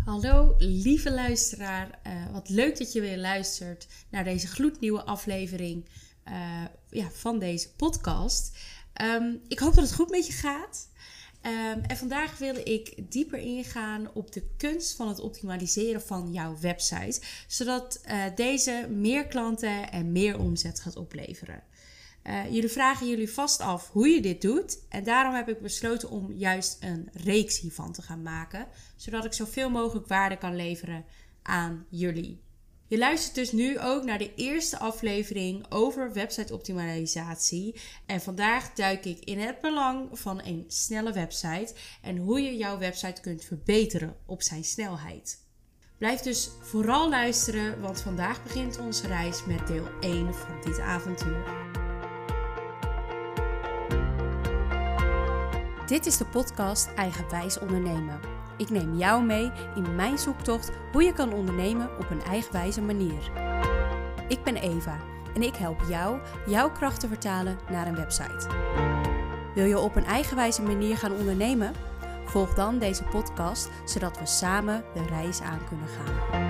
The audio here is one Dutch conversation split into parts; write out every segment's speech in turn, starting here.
Hallo lieve luisteraar, wat leuk dat je weer luistert naar deze gloednieuwe aflevering van deze podcast. Ik hoop dat het goed met je gaat. En vandaag wil ik dieper ingaan op de kunst van het optimaliseren van jouw website. Zodat deze meer klanten en meer omzet gaat opleveren. Jullie vragen jullie vast af hoe je dit doet. En daarom heb ik besloten om juist een reeks hiervan te gaan maken. Zodat ik zoveel mogelijk waarde kan leveren aan jullie. Je luistert dus nu ook naar de eerste aflevering over website-optimalisatie. En vandaag duik ik in het belang van een snelle website. En hoe je jouw website kunt verbeteren op zijn snelheid. Blijf dus vooral luisteren, want vandaag begint onze reis met deel 1 van dit avontuur. Dit is de podcast Eigenwijs Ondernemen. Ik neem jou mee in mijn zoektocht hoe je kan ondernemen op een eigenwijze manier. Ik ben Eva en ik help jou jouw kracht te vertalen naar een website. Wil je op een eigenwijze manier gaan ondernemen? Volg dan deze podcast, zodat we samen de reis aan kunnen gaan.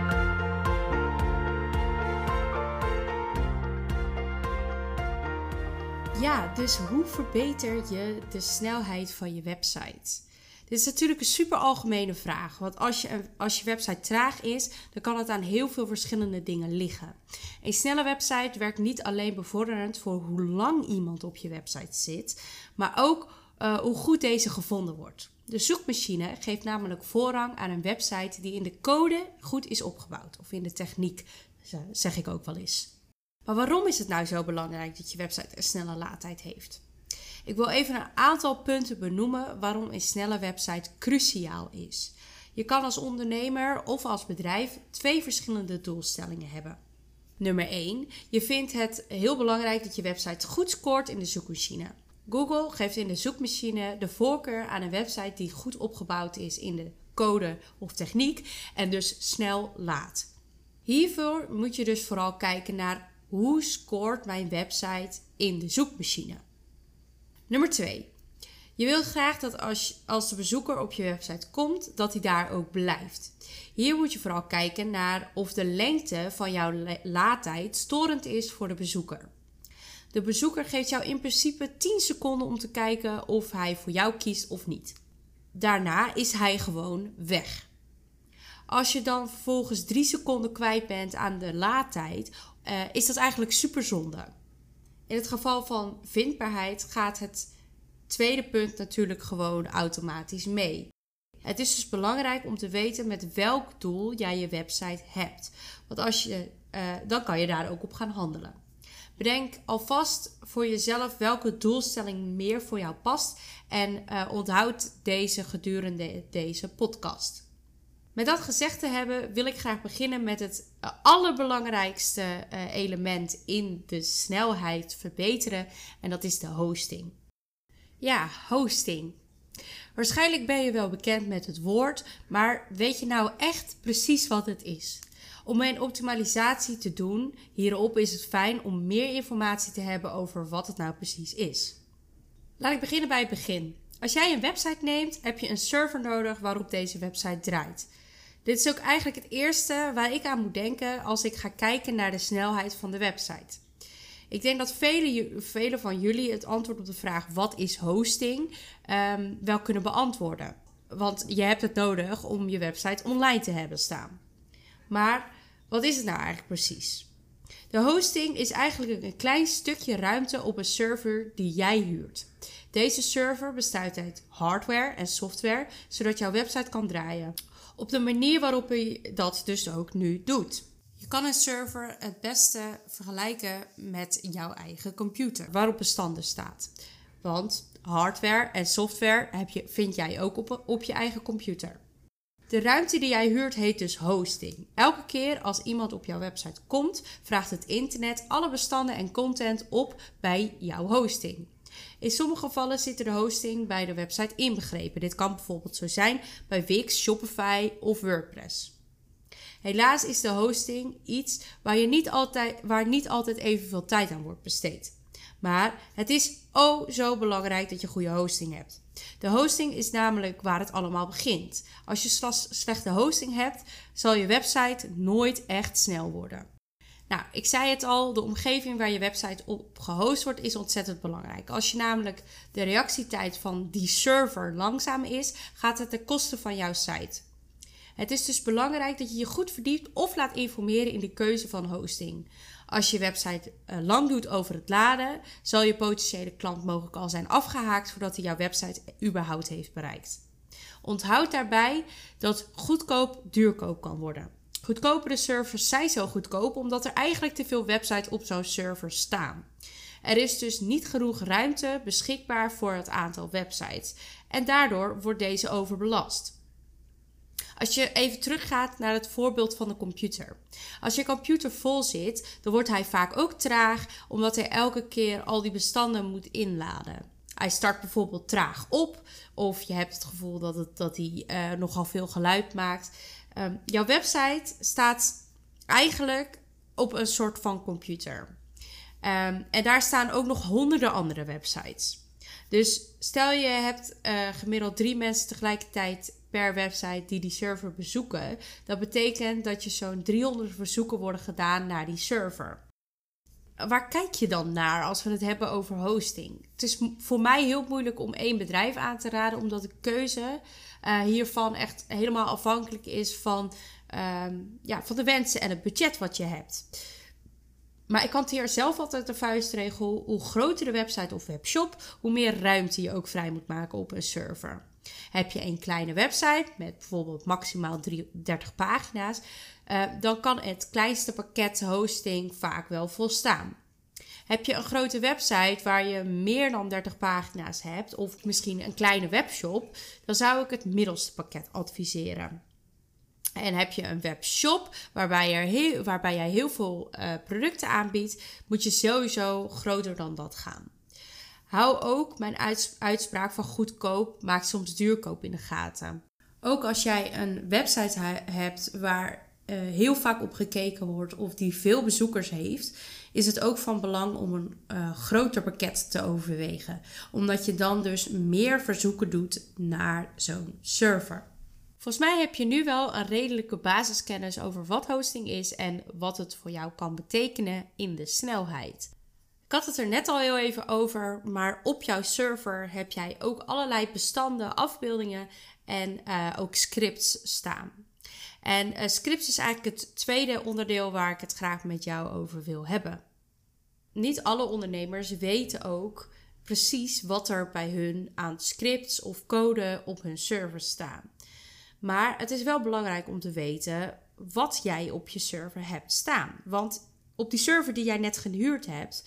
Ja, dus hoe verbeter je de snelheid van je website? Dit is natuurlijk een super algemene vraag. Want als je website traag is, dan kan het aan heel veel verschillende dingen liggen. Een snelle website werkt niet alleen bevorderend voor hoe lang iemand op je website zit, maar ook hoe goed deze gevonden wordt. De zoekmachine geeft namelijk voorrang aan een website die in de code goed is opgebouwd. Of in de techniek, zeg ik ook wel eens. Maar waarom is het nou zo belangrijk dat je website een snelle laadtijd heeft? Ik wil even een aantal punten benoemen waarom een snelle website cruciaal is. Je kan als ondernemer of als bedrijf 2 verschillende doelstellingen hebben. Nummer 1. Je vindt het heel belangrijk dat je website goed scoort in de zoekmachine. Google geeft in de zoekmachine de voorkeur aan een website die goed opgebouwd is in de code of techniek en dus snel laadt. Hiervoor moet je dus vooral kijken naar hoe scoort mijn website in de zoekmachine. Nummer 2. Je wilt graag dat als de bezoeker op je website komt, dat hij daar ook blijft. Hier moet je vooral kijken naar of de lengte van jouw laadtijd storend is voor de bezoeker. De bezoeker geeft jou in principe 10 seconden om te kijken of hij voor jou kiest of niet. Daarna is hij gewoon weg. Als je dan vervolgens 3 seconden kwijt bent aan de laadtijd, is dat eigenlijk super zonde. In het geval van vindbaarheid gaat het tweede punt natuurlijk gewoon automatisch mee. Het is dus belangrijk om te weten met welk doel jij je website hebt. Want dan kan je daar ook op gaan handelen. Bedenk alvast voor jezelf welke doelstelling meer voor jou past en onthoud deze gedurende deze podcast. Met dat gezegd te hebben wil ik graag beginnen met het allerbelangrijkste element in de snelheid verbeteren en dat is de hosting. Ja, hosting. Waarschijnlijk ben je wel bekend met het woord, maar weet je nou echt precies wat het is? Om een optimalisatie te doen, hierop is het fijn om meer informatie te hebben over wat het nou precies is. Laat ik beginnen bij het begin. Als jij een website neemt, heb je een server nodig waarop deze website draait. Dit is ook eigenlijk het eerste waar ik aan moet denken als ik ga kijken naar de snelheid van de website. Ik denk dat velen van jullie het antwoord op de vraag wat is hosting wel kunnen beantwoorden. Want je hebt het nodig om je website online te hebben staan. Maar wat is het nou eigenlijk precies? De hosting is eigenlijk een klein stukje ruimte op een server die jij huurt. Deze server bestaat uit hardware en software, zodat jouw website kan draaien. Op de manier waarop je dat dus ook nu doet. Je kan een server het beste vergelijken met jouw eigen computer, waarop een stander staat. Want hardware en software vind jij ook op je eigen computer. De ruimte die jij huurt heet dus hosting. Elke keer als iemand op jouw website komt, vraagt het internet alle bestanden en content op bij jouw hosting. In sommige gevallen zit de hosting bij de website inbegrepen. Dit kan bijvoorbeeld zo zijn bij Wix, Shopify of WordPress. Helaas is de hosting iets waar niet altijd evenveel tijd aan wordt besteed. Maar het is zo belangrijk dat je goede hosting hebt. De hosting is namelijk waar het allemaal begint. Als je slechte hosting hebt, zal je website nooit echt snel worden. Nou, ik zei het al, de omgeving waar je website op gehost wordt is ontzettend belangrijk. Als je namelijk de reactietijd van die server langzaam is, gaat het ten koste van jouw site. Het is dus belangrijk dat je je goed verdiept of laat informeren in de keuze van hosting. Als je website lang doet over het laden, zal je potentiële klant mogelijk al zijn afgehaakt voordat hij jouw website überhaupt heeft bereikt. Onthoud daarbij dat goedkoop duurkoop kan worden. Goedkopere servers zijn zo goedkoop omdat er eigenlijk te veel websites op zo'n server staan. Er is dus niet genoeg ruimte beschikbaar voor het aantal websites en daardoor wordt deze overbelast. Als je even teruggaat naar het voorbeeld van de computer. Als je computer vol zit, dan wordt hij vaak ook traag omdat hij elke keer al die bestanden moet inladen. Hij start bijvoorbeeld traag op of je hebt het gevoel dat hij nogal veel geluid maakt. Jouw website staat eigenlijk op een soort van computer. En daar staan ook nog honderden andere websites. Dus stel je hebt gemiddeld 3 mensen tegelijkertijd per website die server bezoeken. Dat betekent dat je zo'n 300 verzoeken worden gedaan naar die server. Waar kijk je dan naar als we het hebben over hosting? Het is voor mij heel moeilijk om 1 bedrijf aan te raden, omdat de keuze hiervan echt helemaal afhankelijk is van de wensen en het budget wat je hebt. Maar ik hanteer zelf altijd de vuistregel: hoe groter de website of webshop, hoe meer ruimte je ook vrij moet maken op een server. Heb je een kleine website met bijvoorbeeld maximaal 30 pagina's, dan kan het kleinste pakket hosting vaak wel volstaan. Heb je een grote website waar je meer dan 30 pagina's hebt of misschien een kleine webshop, dan zou ik het middelste pakket adviseren. En heb je een webshop waarbij jij heel veel producten aanbiedt, moet je sowieso groter dan dat gaan. Hou ook mijn uitspraak van goedkoop maakt soms duurkoop in de gaten. Ook als jij een website hebt waar heel vaak op gekeken wordt of die veel bezoekers heeft, is het ook van belang om een groter pakket te overwegen. Omdat je dan dus meer verzoeken doet naar zo'n server. Volgens mij heb je nu wel een redelijke basiskennis over wat hosting is en wat het voor jou kan betekenen in de snelheid. Ik had het er net al heel even over, maar op jouw server heb jij ook allerlei bestanden, afbeeldingen en ook scripts staan. En scripts is eigenlijk het tweede onderdeel waar ik het graag met jou over wil hebben. Niet alle ondernemers weten ook precies wat er bij hun aan scripts of code op hun server staan. Maar het is wel belangrijk om te weten wat jij op je server hebt staan. Want op die server die jij net gehuurd hebt,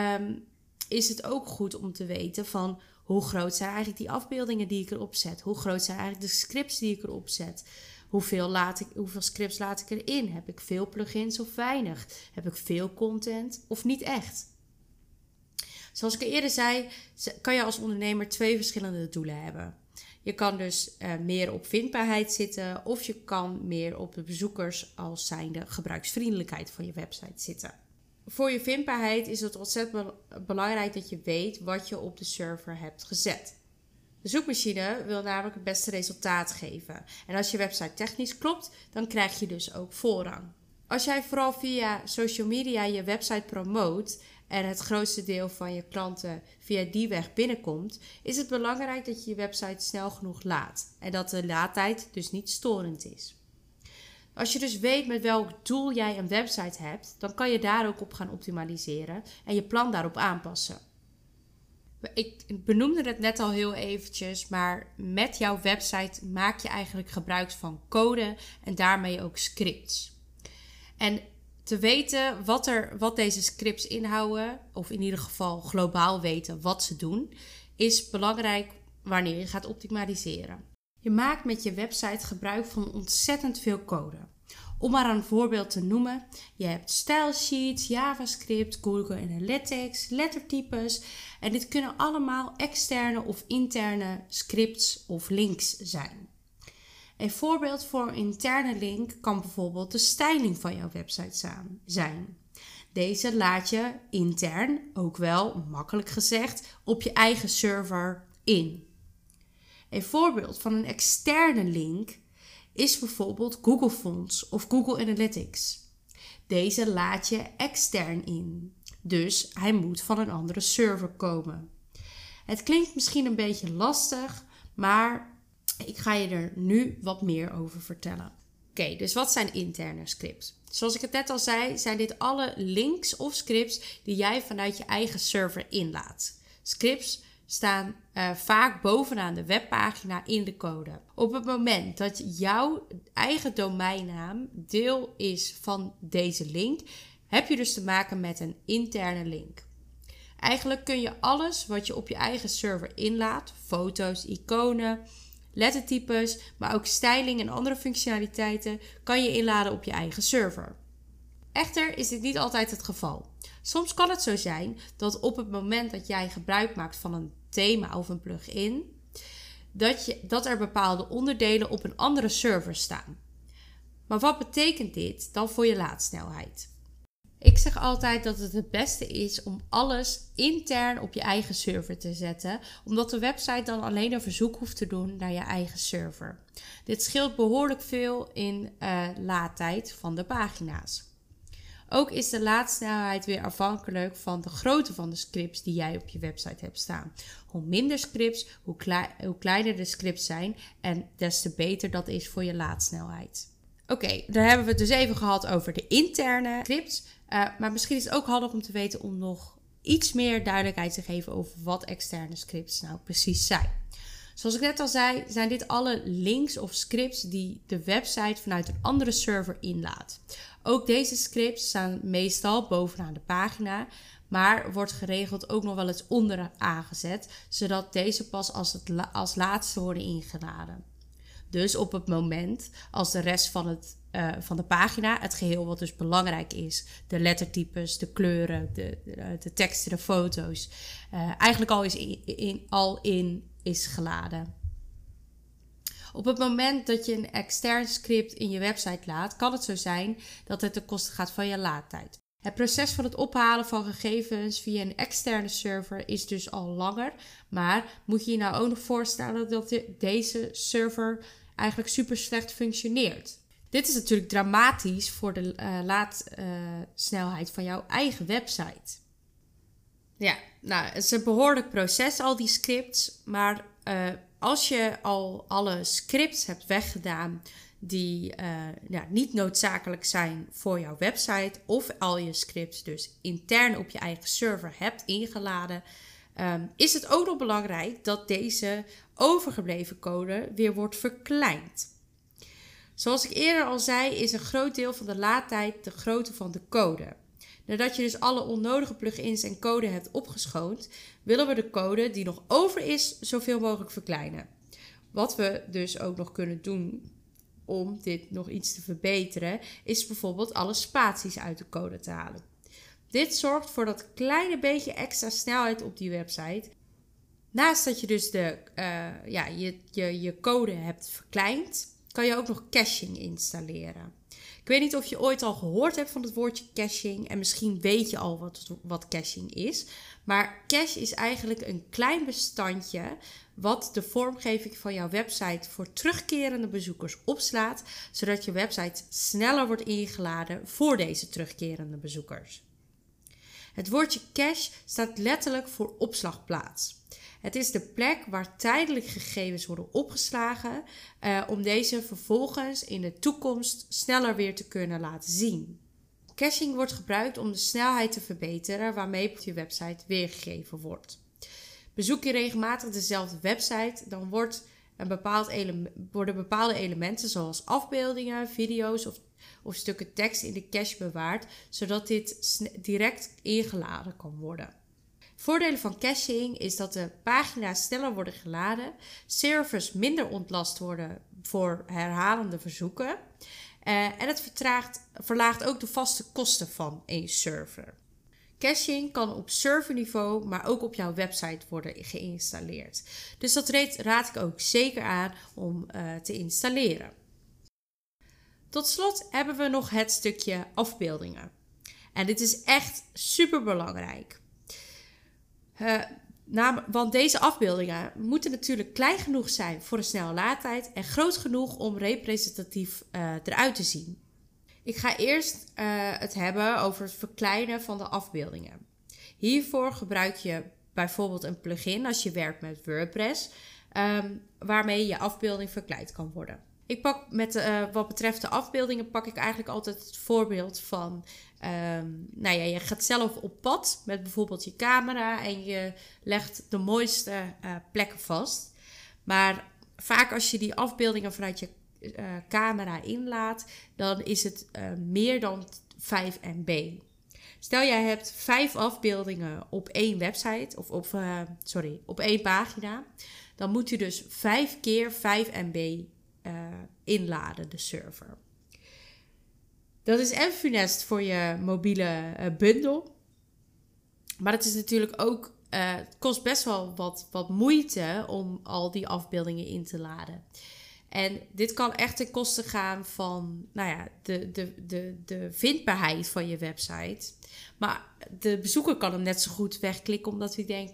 is het ook goed om te weten van hoe groot zijn eigenlijk die afbeeldingen die ik erop zet. Hoe groot zijn eigenlijk de scripts die ik erop zet. Hoeveel scripts laat ik erin? Heb ik veel plugins of weinig? Heb ik veel content of niet echt? Zoals ik eerder zei, kan je als ondernemer 2 verschillende doelen hebben. Je kan dus meer op vindbaarheid zitten of je kan meer op de bezoekers als zijnde gebruiksvriendelijkheid van je website zitten. Voor je vindbaarheid is het ontzettend belangrijk dat je weet wat je op de server hebt gezet. De zoekmachine wil namelijk het beste resultaat geven. En als je website technisch klopt, dan krijg je dus ook voorrang. Als jij vooral via social media je website promoot en het grootste deel van je klanten via die weg binnenkomt, is het belangrijk dat je je website snel genoeg laadt en dat de laadtijd dus niet storend is. Als je dus weet met welk doel jij een website hebt, dan kan je daar ook op gaan optimaliseren en je plan daarop aanpassen. Ik benoemde het net al heel eventjes, maar met jouw website maak je eigenlijk gebruik van code en daarmee ook scripts. En te weten wat deze scripts inhouden, of in ieder geval globaal weten wat ze doen, is belangrijk wanneer je gaat optimaliseren. Je maakt met je website gebruik van ontzettend veel code. Om maar een voorbeeld te noemen, je hebt style sheets, JavaScript, Google Analytics, lettertypes en dit kunnen allemaal externe of interne scripts of links zijn. Een voorbeeld voor een interne link kan bijvoorbeeld de styling van jouw website zijn. Deze laat je intern, ook wel makkelijk gezegd, op je eigen server in. Een voorbeeld van een externe link is bijvoorbeeld Google Fonts of Google Analytics. Deze laat je extern in, dus hij moet van een andere server komen. Het klinkt misschien een beetje lastig, maar ik ga je er nu wat meer over vertellen. Oké, dus wat zijn interne scripts? Zoals ik het net al zei, zijn dit alle links of scripts die jij vanuit je eigen server inlaat. Scripts staan vaak bovenaan de webpagina in de code. Op het moment dat jouw eigen domeinnaam deel is van deze link, heb je dus te maken met een interne link. Eigenlijk kun je alles wat je op je eigen server inlaat, foto's, iconen, lettertypes, maar ook styling en andere functionaliteiten, kan je inladen op je eigen server. Echter is dit niet altijd het geval. Soms kan het zo zijn dat op het moment dat jij gebruik maakt van een thema of een plugin, dat er bepaalde onderdelen op een andere server staan. Maar wat betekent dit dan voor je laadsnelheid? Ik zeg altijd dat het beste is om alles intern op je eigen server te zetten, omdat de website dan alleen een verzoek hoeft te doen naar je eigen server. Dit scheelt behoorlijk veel in laadtijd van de pagina's. Ook is de laadsnelheid weer afhankelijk van de grootte van de scripts die jij op je website hebt staan. Hoe minder scripts, hoe kleiner de scripts zijn en des te beter dat is voor je laadsnelheid. Oké, dan hebben we het dus even gehad over de interne scripts. Maar misschien is het ook handig om te weten om nog iets meer duidelijkheid te geven over wat externe scripts nou precies zijn. Zoals ik net al zei, zijn dit alle links of scripts die de website vanuit een andere server inlaat. Ook deze scripts staan meestal bovenaan de pagina, maar wordt geregeld ook nog wel eens onderaan gezet, zodat deze pas als laatste worden ingeladen. Dus op het moment als de rest van de pagina, het geheel wat dus belangrijk is, de lettertypes, de kleuren, de teksten, de foto's, eigenlijk al is geladen. Op het moment dat je een extern script in je website laat, kan het zo zijn dat het ten koste gaat van je laadtijd. Het proces van het ophalen van gegevens via een externe server is dus al langer, maar moet je je nou ook nog voorstellen dat deze server eigenlijk super slecht functioneert. Dit is natuurlijk dramatisch voor de laadsnelheid van jouw eigen website. Ja, nou, het is een behoorlijk proces, al die scripts. Maar als je al alle scripts hebt weggedaan die niet noodzakelijk zijn voor jouw website, of al je scripts dus intern op je eigen server hebt ingeladen, is het ook nog belangrijk dat deze overgebleven code weer wordt verkleind. Zoals ik eerder al zei, is een groot deel van de laadtijd de grootte van de code. Nadat je dus alle onnodige plugins en code hebt opgeschoond, willen we de code die nog over is zoveel mogelijk verkleinen. Wat we dus ook nog kunnen doen om dit nog iets te verbeteren, is bijvoorbeeld alle spaties uit de code te halen. Dit zorgt voor dat kleine beetje extra snelheid op die website. Naast dat je dus je code hebt verkleind, kan je ook nog caching installeren. Ik weet niet of je ooit al gehoord hebt van het woordje caching en misschien weet je al wat caching is. Maar cache is eigenlijk een klein bestandje wat de vormgeving van jouw website voor terugkerende bezoekers opslaat, zodat je website sneller wordt ingeladen voor deze terugkerende bezoekers. Het woordje cache staat letterlijk voor opslagplaats. Het is de plek waar tijdelijk gegevens worden opgeslagen om deze vervolgens in de toekomst sneller weer te kunnen laten zien. Caching wordt gebruikt om de snelheid te verbeteren waarmee op je website weergegeven wordt. Bezoek je regelmatig dezelfde website, dan worden bepaalde elementen zoals afbeeldingen, video's of stukken tekst in de cache bewaard, zodat dit direct ingeladen kan worden. Voordelen van caching is dat de pagina's sneller worden geladen, servers minder ontlast worden voor herhalende verzoeken en het verlaagt ook de vaste kosten van een server. Caching kan op serverniveau, maar ook op jouw website worden geïnstalleerd. Dus dat raad ik ook zeker aan om te installeren. Tot slot hebben we nog het stukje afbeeldingen. En dit is echt super belangrijk. Want deze afbeeldingen moeten natuurlijk klein genoeg zijn voor een snelle laadtijd en groot genoeg om representatief eruit te zien. Ik ga eerst het hebben over het verkleinen van de afbeeldingen. Hiervoor gebruik je bijvoorbeeld een plugin als je werkt met WordPress, waarmee je afbeelding verkleind kan worden. Ik pak wat betreft de afbeeldingen pak ik eigenlijk altijd het voorbeeld van, je gaat zelf op pad met bijvoorbeeld je camera en je legt de mooiste plekken vast. Maar vaak als je die afbeeldingen vanuit je camera inlaat, dan is het meer dan 5 MB. Stel jij hebt 5 afbeeldingen op één website op één pagina, dan moet je dus 5 keer 5 MB inladen, de server. Dat is en funest voor je mobiele bundel. Maar het is natuurlijk ook, het kost best wel wat moeite om al die afbeeldingen in te laden. En dit kan echt ten koste gaan van de vindbaarheid van je website. Maar de bezoeker kan hem net zo goed wegklikken omdat hij denkt,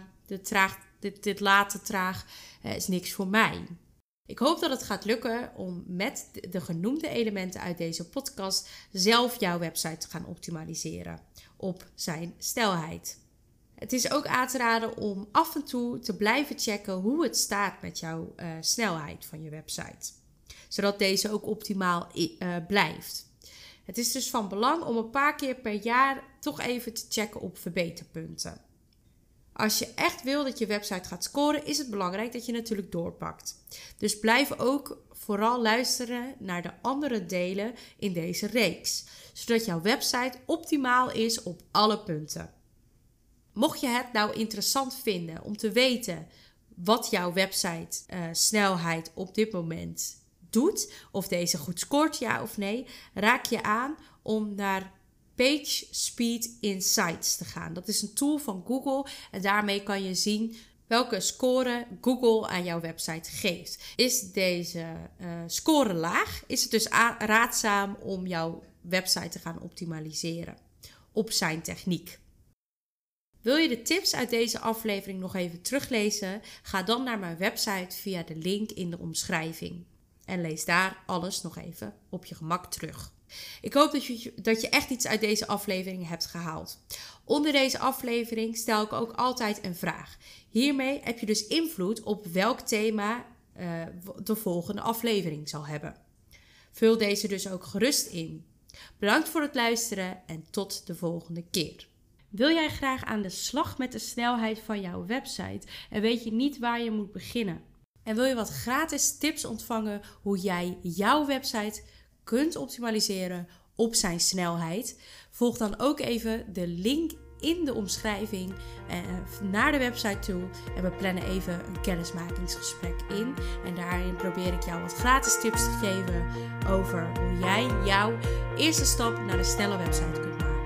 dit laat traag is niks voor mij. Ik hoop dat het gaat lukken om met de genoemde elementen uit deze podcast zelf jouw website te gaan optimaliseren op zijn snelheid. Het is ook aan te raden om af en toe te blijven checken hoe het staat met jouw snelheid van je website. Zodat deze ook optimaal blijft. Het is dus van belang om een paar keer per jaar toch even te checken op verbeterpunten. Als je echt wil dat je website gaat scoren, is het belangrijk dat je natuurlijk doorpakt. Dus blijf ook vooral luisteren naar de andere delen in deze reeks, zodat jouw website optimaal is op alle punten. Mocht je het nou interessant vinden om te weten wat jouw website snelheid op dit moment doet, of deze goed scoort, ja of nee, raak je aan om naar PageSpeed Insights te gaan. Dat is een tool van Google en daarmee kan je zien welke score Google aan jouw website geeft. Is deze score laag, is het dus raadzaam om jouw website te gaan optimaliseren op zijn techniek. Wil je de tips uit deze aflevering nog even teruglezen? Ga dan naar mijn website via de link in de omschrijving. En lees daar alles nog even op je gemak terug. Ik hoop dat je echt iets uit deze aflevering hebt gehaald. Onder deze aflevering stel ik ook altijd een vraag. Hiermee heb je dus invloed op welk thema de volgende aflevering zal hebben. Vul deze dus ook gerust in. Bedankt voor het luisteren en tot de volgende keer. Wil jij graag aan de slag met de snelheid van jouw website en weet je niet waar je moet beginnen? En wil je wat gratis tips ontvangen hoe jij jouw website kunt optimaliseren op zijn snelheid? Volg dan ook even de link in de omschrijving naar de website toe en we plannen even een kennismakingsgesprek in. En daarin probeer ik jou wat gratis tips te geven over hoe jij jouw eerste stap naar een snelle website kunt maken.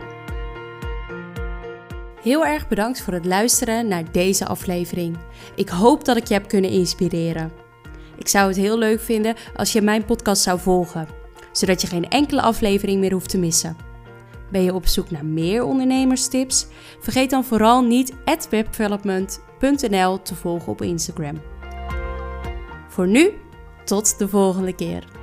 Heel erg bedankt voor het luisteren naar deze aflevering. Ik hoop dat ik je heb kunnen inspireren. Ik zou het heel leuk vinden als je mijn podcast zou volgen, zodat je geen enkele aflevering meer hoeft te missen. Ben je op zoek naar meer ondernemerstips? Vergeet dan vooral niet @webdevelopment.nl te volgen op Instagram. Voor nu, tot de volgende keer.